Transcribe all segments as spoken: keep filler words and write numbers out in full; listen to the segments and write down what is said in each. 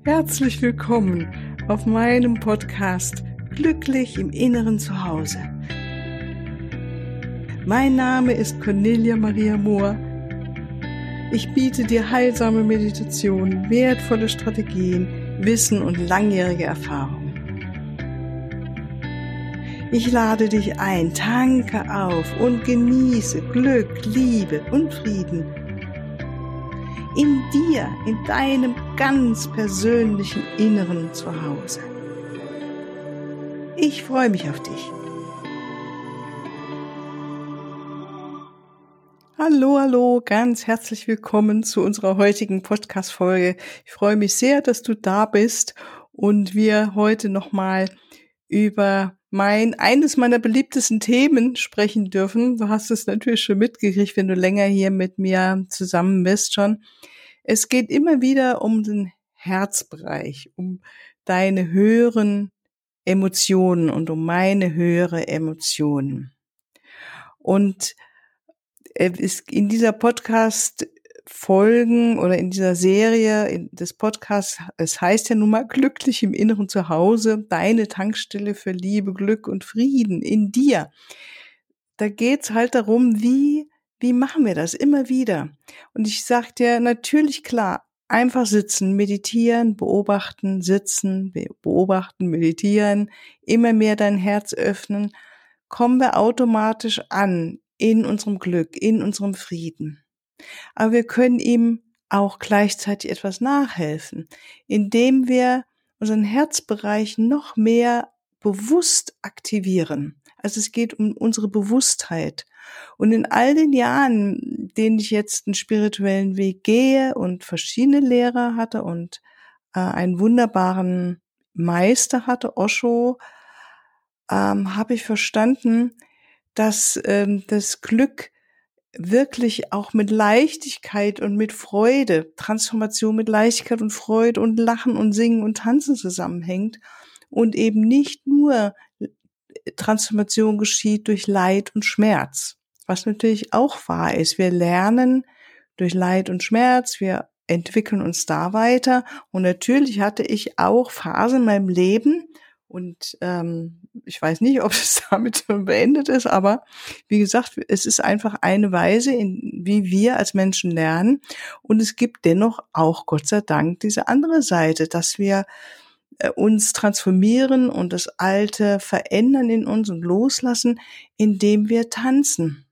Herzlich willkommen auf meinem Podcast Glücklich im Inneren Zuhause. Mein Name ist Cornelia Maria Mohr. Ich biete dir heilsame Meditationen, wertvolle Strategien, Wissen und langjährige Erfahrung. Ich lade dich ein, tanke auf und genieße Glück, Liebe und Frieden. In dir, in deinem ganz persönlichen Inneren Zuhause. Ich freue mich auf dich. Hallo, hallo, ganz herzlich willkommen zu unserer heutigen Podcast-Folge. Ich freue mich sehr, dass du da bist und wir heute nochmal über mein, eines meiner beliebtesten Themen sprechen dürfen. Du hast es natürlich schon mitgekriegt, wenn du länger hier mit mir zusammen bist schon. Es geht immer wieder um den Herzbereich, um deine höheren Emotionen und um meine höhere Emotionen. Und in dieser Podcast-Folgen oder in dieser Serie des Podcasts, es heißt ja nun mal glücklich im Inneren Zuhause, deine Tankstelle für Liebe, Glück und Frieden in dir. Da geht's halt darum, wie, wie machen wir das immer wieder? Und ich sag dir natürlich klar, einfach sitzen, meditieren, beobachten, sitzen, beobachten, meditieren, immer mehr dein Herz öffnen, kommen wir automatisch an in unserem Glück, in unserem Frieden. Aber wir können ihm auch gleichzeitig etwas nachhelfen, indem wir unseren Herzbereich noch mehr bewusst aktivieren. Also es geht um unsere Bewusstheit. Und in all den Jahren, denen ich jetzt einen spirituellen Weg gehe und verschiedene Lehrer hatte und äh, einen wunderbaren Meister hatte, Osho, ähm, habe ich verstanden, dass ähm, das Glück wirklich auch mit Leichtigkeit und mit Freude, Transformation mit Leichtigkeit und Freude und Lachen und Singen und Tanzen zusammenhängt und eben nicht nur Transformation geschieht durch Leid und Schmerz, was natürlich auch wahr ist. Wir lernen durch Leid und Schmerz, wir entwickeln uns da weiter und natürlich hatte ich auch Phasen in meinem Leben, und ähm, ich weiß nicht, ob es damit schon beendet ist, aber wie gesagt, es ist einfach eine Weise, in, wie wir als Menschen lernen. Und es gibt dennoch auch, Gott sei Dank, diese andere Seite, dass wir äh, uns transformieren und das Alte verändern in uns und loslassen, indem wir tanzen,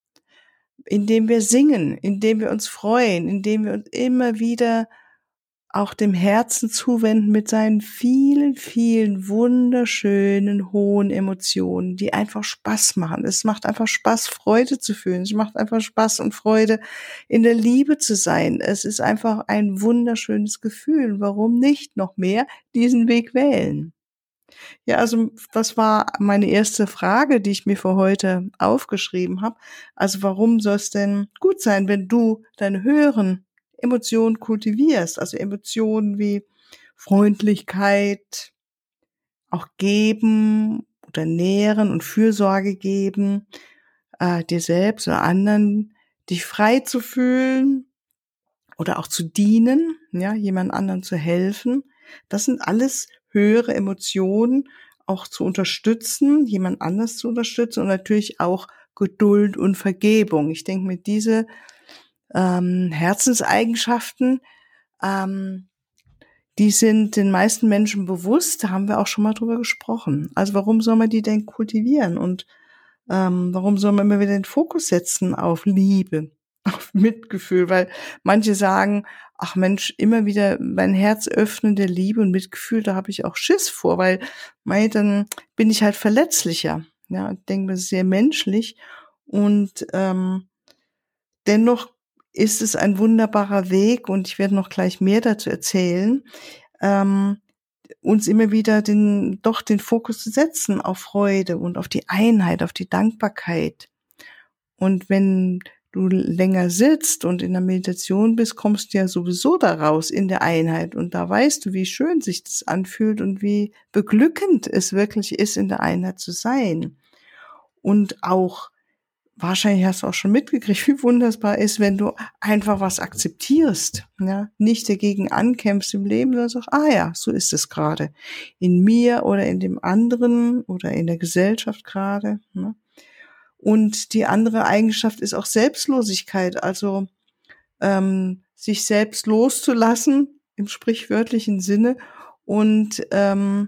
indem wir singen, indem wir uns freuen, indem wir uns immer wieder auch dem Herzen zuwenden mit seinen vielen, vielen wunderschönen, hohen Emotionen, die einfach Spaß machen. Es macht einfach Spaß, Freude zu fühlen. Es macht einfach Spaß und Freude, in der Liebe zu sein. Es ist einfach ein wunderschönes Gefühl. Warum nicht noch mehr diesen Weg wählen? Ja, also was war meine erste Frage, die ich mir für heute aufgeschrieben habe? Also warum soll es denn gut sein, wenn du deine höheren Emotionen kultivierst, also Emotionen wie Freundlichkeit, auch geben oder nähren und Fürsorge geben, äh, dir selbst oder anderen, dich frei zu fühlen oder auch zu dienen, ja, jemand anderen zu helfen. Das sind alles höhere Emotionen, auch zu unterstützen, jemand anders zu unterstützen und natürlich auch Geduld und Vergebung. Ich denke, mit diese ähm, Herzenseigenschaften, ähm, die sind den meisten Menschen bewusst, da haben wir auch schon mal drüber gesprochen. Also warum soll man die denn kultivieren und ähm, warum soll man immer wieder den Fokus setzen auf Liebe, auf Mitgefühl? Weil manche sagen, ach Mensch, immer wieder mein Herz öffnen der Liebe und Mitgefühl, da habe ich auch Schiss vor, weil mei, dann bin ich halt verletzlicher. Ja, ich denke, das ist sehr menschlich und ähm, dennoch ist es ein wunderbarer Weg und ich werde noch gleich mehr dazu erzählen, ähm, uns immer wieder den, doch den Fokus zu setzen auf Freude und auf die Einheit, auf die Dankbarkeit. Und wenn du länger sitzt und in der Meditation bist, kommst du ja sowieso daraus in der Einheit und da weißt du, wie schön sich das anfühlt und wie beglückend es wirklich ist, in der Einheit zu sein. Und auch wahrscheinlich hast du auch schon mitgekriegt, wie wunderbar ist, wenn du einfach was akzeptierst, ja, nicht dagegen ankämpfst im Leben, sondern sagst, ah ja, so ist es gerade. In mir oder in dem anderen oder in der Gesellschaft gerade, ne? Und die andere Eigenschaft ist auch Selbstlosigkeit, also ähm, sich selbst loszulassen im sprichwörtlichen Sinne und ähm,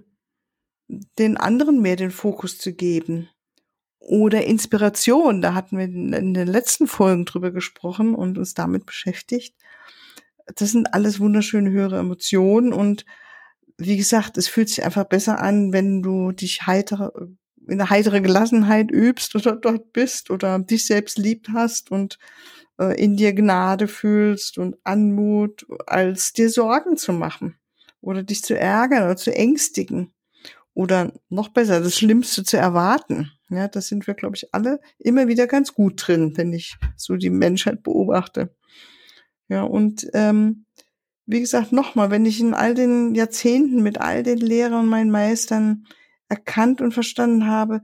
den anderen mehr den Fokus zu geben. Oder Inspiration, da hatten wir in den letzten Folgen drüber gesprochen und uns damit beschäftigt. Das sind alles wunderschöne höhere Emotionen und wie gesagt, es fühlt sich einfach besser an, wenn du dich heiter, in einer heitere Gelassenheit übst oder dort bist oder dich selbst lieb hast und äh, in dir Gnade fühlst und Anmut, als dir Sorgen zu machen oder dich zu ärgern oder zu ängstigen. Oder noch besser, das Schlimmste zu erwarten. Ja, das sind wir, glaube ich, alle immer wieder ganz gut drin, wenn ich so die Menschheit beobachte. Ja, und ähm, wie gesagt, nochmal, wenn ich in all den Jahrzehnten mit all den Lehrern und meinen Meistern erkannt und verstanden habe,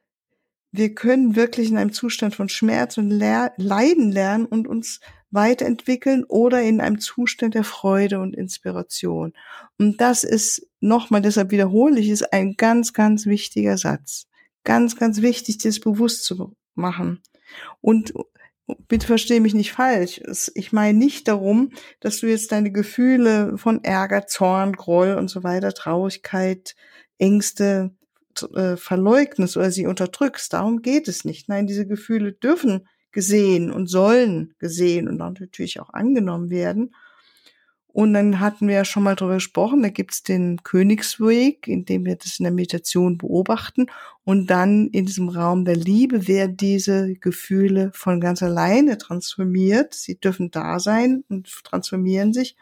wir können wirklich in einem Zustand von Schmerz und Leer- Leiden lernen und uns weiterentwickeln oder in einem Zustand der Freude und Inspiration. Und das ist, nochmal, deshalb wiederhole ich, ist ein ganz, ganz wichtiger Satz. Ganz, ganz wichtig, das bewusst zu machen. Und bitte verstehe mich nicht falsch. Ich meine nicht darum, dass du jetzt deine Gefühle von Ärger, Zorn, Groll und so weiter, Traurigkeit, Ängste äh, verleugnest oder sie unterdrückst. Darum geht es nicht. Nein, diese Gefühle dürfen gesehen und sollen gesehen und dann natürlich auch angenommen werden. Und dann hatten wir ja schon mal drüber gesprochen, da gibt's den Königsweg, in dem wir das in der Meditation beobachten. Und dann in diesem Raum der Liebe werden diese Gefühle von ganz alleine transformiert. Sie dürfen da sein und transformieren sich.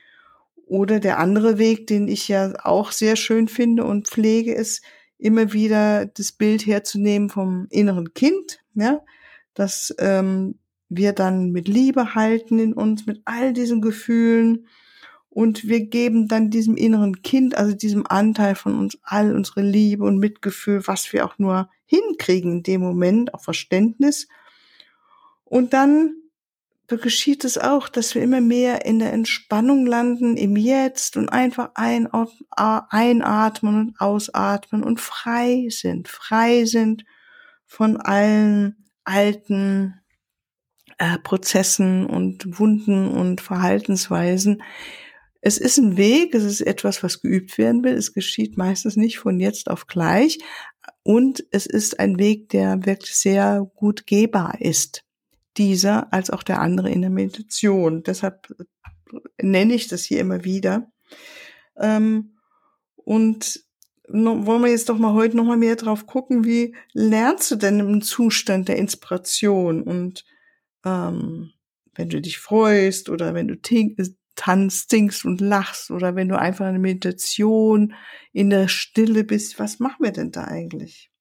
Oder der andere Weg, den ich ja auch sehr schön finde und pflege, ist immer wieder das Bild herzunehmen vom inneren Kind, ja, dass ähm, wir dann mit Liebe halten in uns, mit all diesen Gefühlen. Und wir geben dann diesem inneren Kind, also diesem Anteil von uns, all unsere Liebe und Mitgefühl, was wir auch nur hinkriegen in dem Moment, auch Verständnis. Und dann geschieht es auch, dass wir immer mehr in der Entspannung landen, im Jetzt und einfach einatmen und ausatmen und frei sind, frei sind von allen alten äh, Prozessen und Wunden und Verhaltensweisen. Es ist ein Weg, es ist etwas, was geübt werden will. Es geschieht meistens nicht von jetzt auf gleich. Und es ist ein Weg, der wirklich sehr gut gehbar ist. Dieser als auch der andere in der Meditation. Deshalb nenne ich das hier immer wieder. Ähm, und no, wollen wir jetzt doch mal heute noch mal mehr drauf gucken, wie lernst du denn im Zustand der Inspiration? Und ähm, wenn du dich freust oder wenn du tink- tanzt, singst und lachst oder wenn du einfach in der Meditation in der Stille bist, was machen wir denn da eigentlich?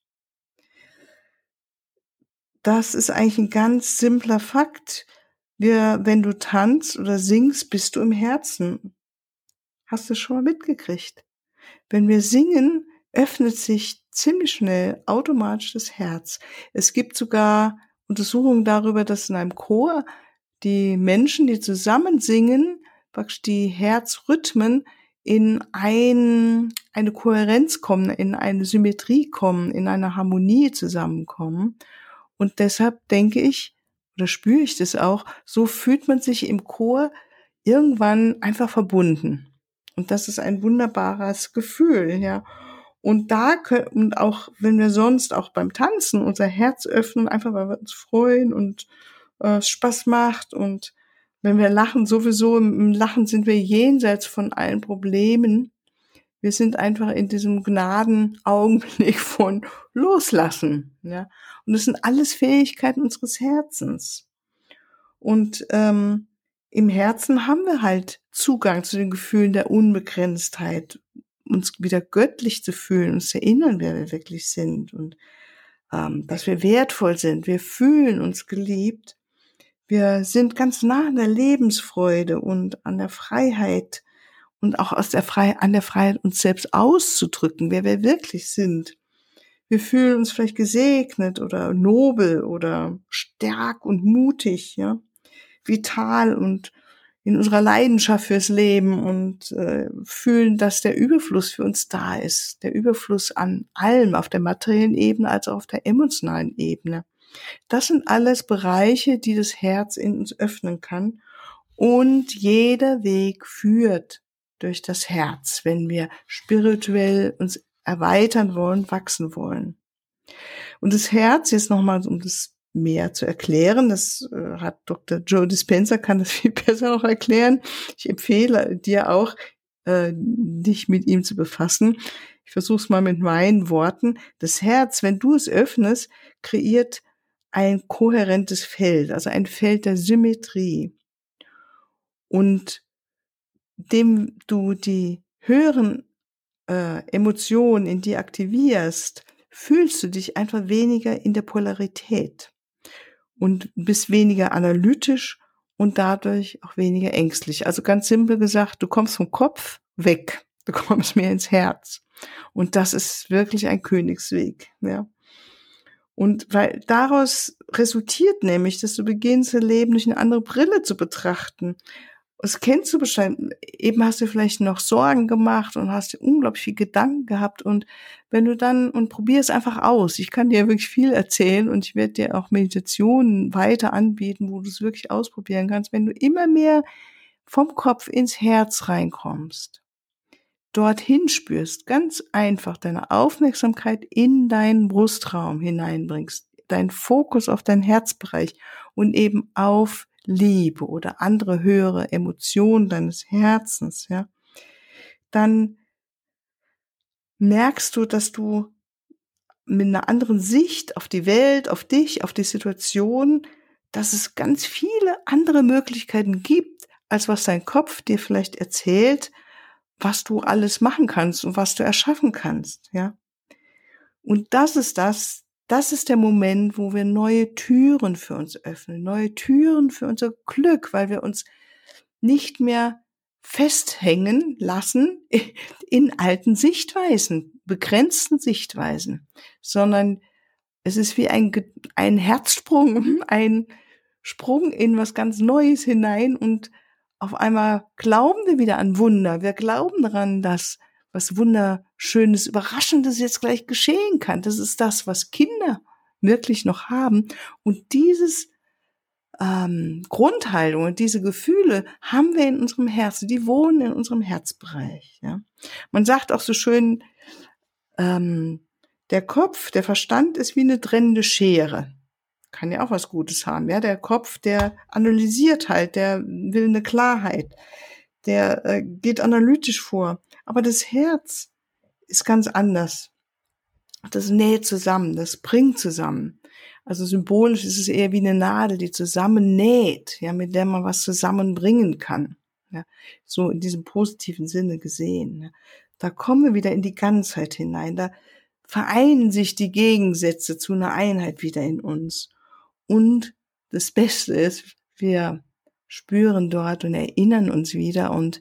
Das ist eigentlich ein ganz simpler Fakt. Wir, wenn du tanzt oder singst, bist du im Herzen. Hast du schon mal mitgekriegt? Wenn wir singen, öffnet sich ziemlich schnell automatisch das Herz. Es gibt sogar Untersuchungen darüber, dass in einem Chor die Menschen, die zusammen singen, praktisch die Herzrhythmen in ein, eine Kohärenz kommen, in eine Symmetrie kommen, in eine Harmonie zusammenkommen. Und deshalb denke ich, oder spüre ich das auch, so fühlt man sich im Chor irgendwann einfach verbunden. Und das ist ein wunderbares Gefühl, ja. Und da können, und auch wenn wir sonst auch beim Tanzen unser Herz öffnen, einfach weil wir uns freuen und äh, Spaß macht und wenn wir lachen, sowieso im, im Lachen sind wir jenseits von allen Problemen. Wir sind einfach in diesem Gnadenaugenblick von Loslassen, ja. Und das sind alles Fähigkeiten unseres Herzens. Und ähm, im Herzen haben wir halt Zugang zu den Gefühlen der Unbegrenztheit, uns wieder göttlich zu fühlen, uns zu erinnern, wer wir wirklich sind und ähm, dass wir wertvoll sind. Wir fühlen uns geliebt. Wir sind ganz nah an der Lebensfreude und an der Freiheit und auch aus der Freiheit, an der Freiheit, uns selbst auszudrücken, wer wir wirklich sind. Wir fühlen uns vielleicht gesegnet oder nobel oder stark und mutig, ja, vital und in unserer Leidenschaft fürs Leben und äh, fühlen, dass der Überfluss für uns da ist. Der Überfluss an allem, auf der materiellen Ebene als auch auf der emotionalen Ebene. Das sind alles Bereiche, die das Herz in uns öffnen kann. Und jeder Weg führt durch das Herz, wenn wir spirituell uns erweitern wollen, wachsen wollen. Und das Herz, jetzt nochmal, um das mehr zu erklären, das äh, hat Doktor Joe Dispenza, kann das viel besser noch erklären. Ich empfehle dir auch, äh, dich mit ihm zu befassen. Ich versuche es mal mit meinen Worten. Das Herz, wenn du es öffnest, kreiert ein kohärentes Feld, also ein Feld der Symmetrie. Und dem du die höheren äh, Emotionen in dir aktivierst, fühlst du dich einfach weniger in der Polarität und bist weniger analytisch und dadurch auch weniger ängstlich. Also ganz simpel gesagt, du kommst vom Kopf weg, du kommst mehr ins Herz. Und das ist wirklich ein Königsweg, ja. Und weil daraus resultiert nämlich, dass du beginnst, dein Leben durch eine andere Brille zu betrachten. Das kennst du bestimmt. Eben hast du vielleicht noch Sorgen gemacht und hast dir unglaublich viel Gedanken gehabt. Und wenn du dann, und probier es einfach aus. Ich kann dir wirklich viel erzählen und ich werde dir auch Meditationen weiter anbieten, wo du es wirklich ausprobieren kannst. Wenn du immer mehr vom Kopf ins Herz reinkommst, dorthin spürst, ganz einfach deine Aufmerksamkeit in deinen Brustraum hineinbringst, deinen Fokus auf deinen Herzbereich und eben auf Liebe oder andere höhere Emotionen deines Herzens, ja, dann merkst du, dass du mit einer anderen Sicht auf die Welt, auf dich, auf die Situation, dass es ganz viele andere Möglichkeiten gibt, als was dein Kopf dir vielleicht erzählt, was du alles machen kannst und was du erschaffen kannst, ja. Und das ist das, das ist der Moment, wo wir neue Türen für uns öffnen, neue Türen für unser Glück, weil wir uns nicht mehr festhängen lassen in alten Sichtweisen, begrenzten Sichtweisen, sondern es ist wie ein, ein Herzsprung, ein Sprung in was ganz Neues hinein und auf einmal glauben wir wieder an Wunder. Wir glauben daran, dass was Wunderschönes, Überraschendes jetzt gleich geschehen kann. Das ist das, was Kinder wirklich noch haben. Und dieses ähm, Grundhaltung und diese Gefühle haben wir in unserem Herzen. Die wohnen in unserem Herzbereich. Ja? Man sagt auch so schön, ähm, der Kopf, der Verstand ist wie eine trennende Schere. Kann ja auch was Gutes haben, ja. Der Kopf, der analysiert halt, der will eine Klarheit, der äh, geht analytisch vor. Aber das Herz ist ganz anders. Das näht zusammen, das bringt zusammen. Also symbolisch ist es eher wie eine Nadel, die zusammennäht, ja, mit der man was zusammenbringen kann. Ja, so in diesem positiven Sinne gesehen. Ja. Da kommen wir wieder in die Ganzheit hinein. Da vereinen sich die Gegensätze zu einer Einheit wieder in uns. Und das Beste ist, wir spüren dort und erinnern uns wieder und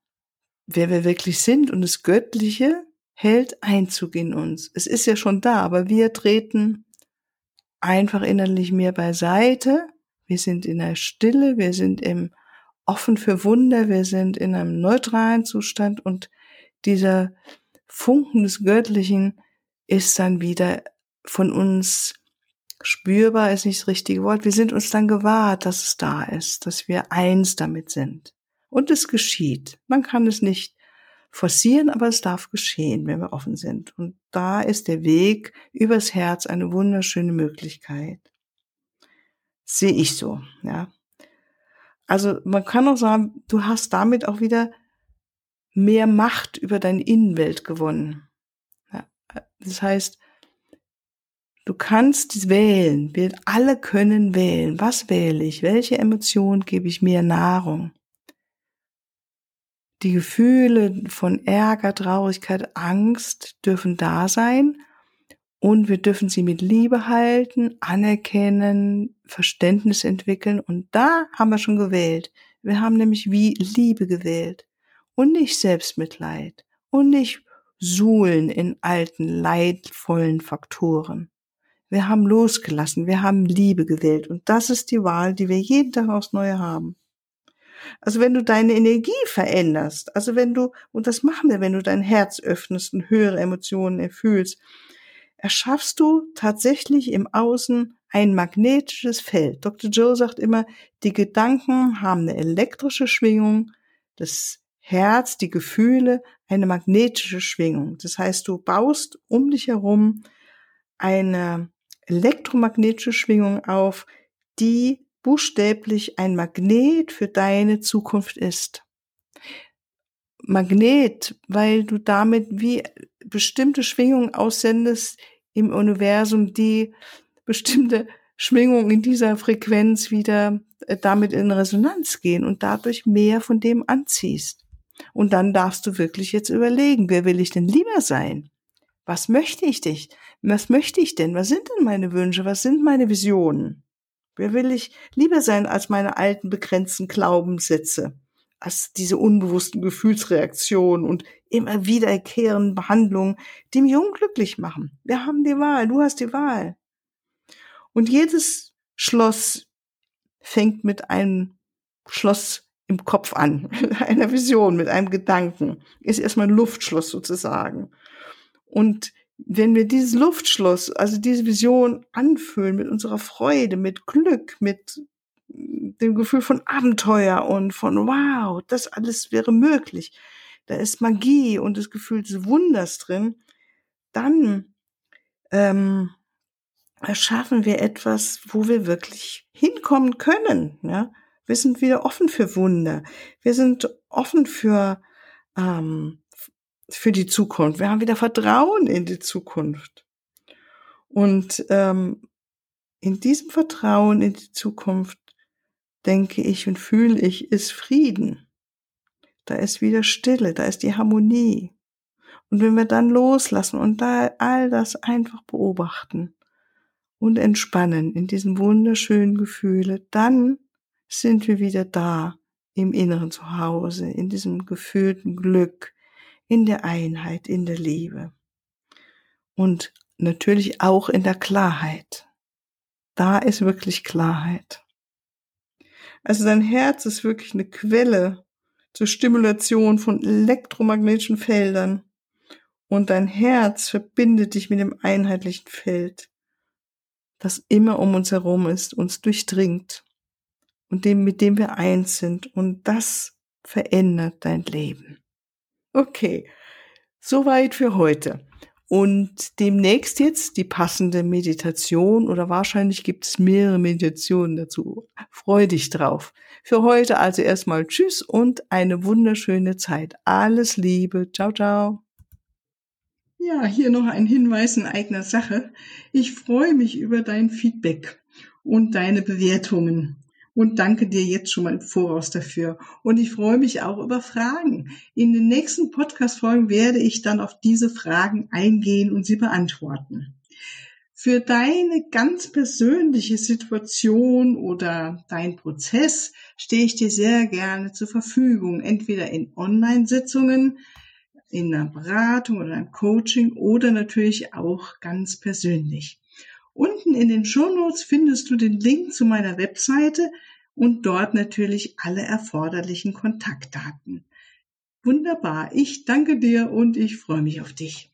wer wir wirklich sind und das Göttliche hält Einzug in uns. Es ist ja schon da, aber wir treten einfach innerlich mehr beiseite. Wir sind in der Stille, wir sind im offen für Wunder, wir sind in einem neutralen Zustand und dieser Funken des Göttlichen ist dann wieder von uns spürbar, ist nicht das richtige Wort. Wir sind uns dann gewahrt, dass es da ist, dass wir eins damit sind. Und es geschieht. Man kann es nicht forcieren, aber es darf geschehen, wenn wir offen sind. Und da ist der Weg übers Herz eine wunderschöne Möglichkeit. Sehe ich so, ja. Also man kann auch sagen, du hast damit auch wieder mehr Macht über deine Innenwelt gewonnen. Ja, das heißt, du kannst wählen. Wir alle können wählen. Was wähle ich? Welche Emotion gebe ich mir Nahrung? Die Gefühle von Ärger, Traurigkeit, Angst dürfen da sein und wir dürfen sie mit Liebe halten, anerkennen, Verständnis entwickeln und da haben wir schon gewählt. Wir haben nämlich wie Liebe gewählt und nicht Selbstmitleid und nicht suhlen in alten, leidvollen Faktoren. Wir haben losgelassen, wir haben Liebe gewählt und das ist die Wahl, die wir jeden Tag aufs Neue haben. Also wenn du deine Energie veränderst, also wenn du, und das machen wir, wenn du dein Herz öffnest und höhere Emotionen erfühlst, erschaffst du tatsächlich im Außen ein magnetisches Feld. Doktor Joe sagt immer, die Gedanken haben eine elektrische Schwingung, das Herz, die Gefühle, eine magnetische Schwingung. Das heißt, du baust um dich herum eine elektromagnetische Schwingung auf, die buchstäblich ein Magnet für deine Zukunft ist. Magnet, weil du damit wie bestimmte Schwingungen aussendest im Universum, die bestimmte Schwingungen in dieser Frequenz wieder damit in Resonanz gehen und dadurch mehr von dem anziehst. Und dann darfst du wirklich jetzt überlegen, wer will ich denn lieber sein? Was möchte ich dich? Was möchte ich denn? Was sind denn meine Wünsche? Was sind meine Visionen? Wer will ich lieber sein als meine alten begrenzten Glaubenssätze, als diese unbewussten Gefühlsreaktionen und immer wiederkehrenden Behandlungen, die mich unglücklich machen? Wir haben die Wahl, du hast die Wahl. Und jedes Schloss fängt mit einem Schloss im Kopf an, mit einer Vision, mit einem Gedanken. Ist erstmal ein Luftschloss sozusagen. Und wenn wir dieses Luftschloss, also diese Vision anfüllen mit unserer Freude, mit Glück, mit dem Gefühl von Abenteuer und von wow, das alles wäre möglich, da ist Magie und das Gefühl des Wunders drin, dann ähm, erschaffen wir etwas, wo wir wirklich hinkommen können. Ja? Wir sind wieder offen für Wunder. Wir sind offen für ähm, für die Zukunft. Wir haben wieder Vertrauen in die Zukunft. Und ähm, in diesem Vertrauen in die Zukunft, denke ich und fühle ich, ist Frieden. Da ist wieder Stille, da ist die Harmonie. Und wenn wir dann loslassen und da all das einfach beobachten und entspannen in diesen wunderschönen Gefühle, dann sind wir wieder da im inneren Zuhause, in diesem gefühlten Glück, in der Einheit, in der Liebe. Und natürlich auch in der Klarheit. Da ist wirklich Klarheit. Also dein Herz ist wirklich eine Quelle zur Stimulation von elektromagnetischen Feldern. Und dein Herz verbindet dich mit dem einheitlichen Feld, das immer um uns herum ist, uns durchdringt und dem, mit dem wir eins sind. Und das verändert dein Leben. Okay, soweit für heute. Und demnächst jetzt die passende Meditation oder wahrscheinlich gibt es mehrere Meditationen dazu. Freu dich drauf. Für heute also erstmal tschüss und eine wunderschöne Zeit. Alles Liebe. Ciao, ciao. Ja, hier noch ein Hinweis in eigener Sache. Ich freue mich über dein Feedback und deine Bewertungen. Und danke dir jetzt schon mal im Voraus dafür. Und ich freue mich auch über Fragen. In den nächsten Podcast-Folgen werde ich dann auf diese Fragen eingehen und sie beantworten. Für deine ganz persönliche Situation oder dein Prozess stehe ich dir sehr gerne zur Verfügung. Entweder in Online-Sitzungen, in einer Beratung oder einem Coaching oder natürlich auch ganz persönlich. Unten in den Shownotes findest du den Link zu meiner Webseite und dort natürlich alle erforderlichen Kontaktdaten. Wunderbar, ich danke dir und ich freue mich auf dich.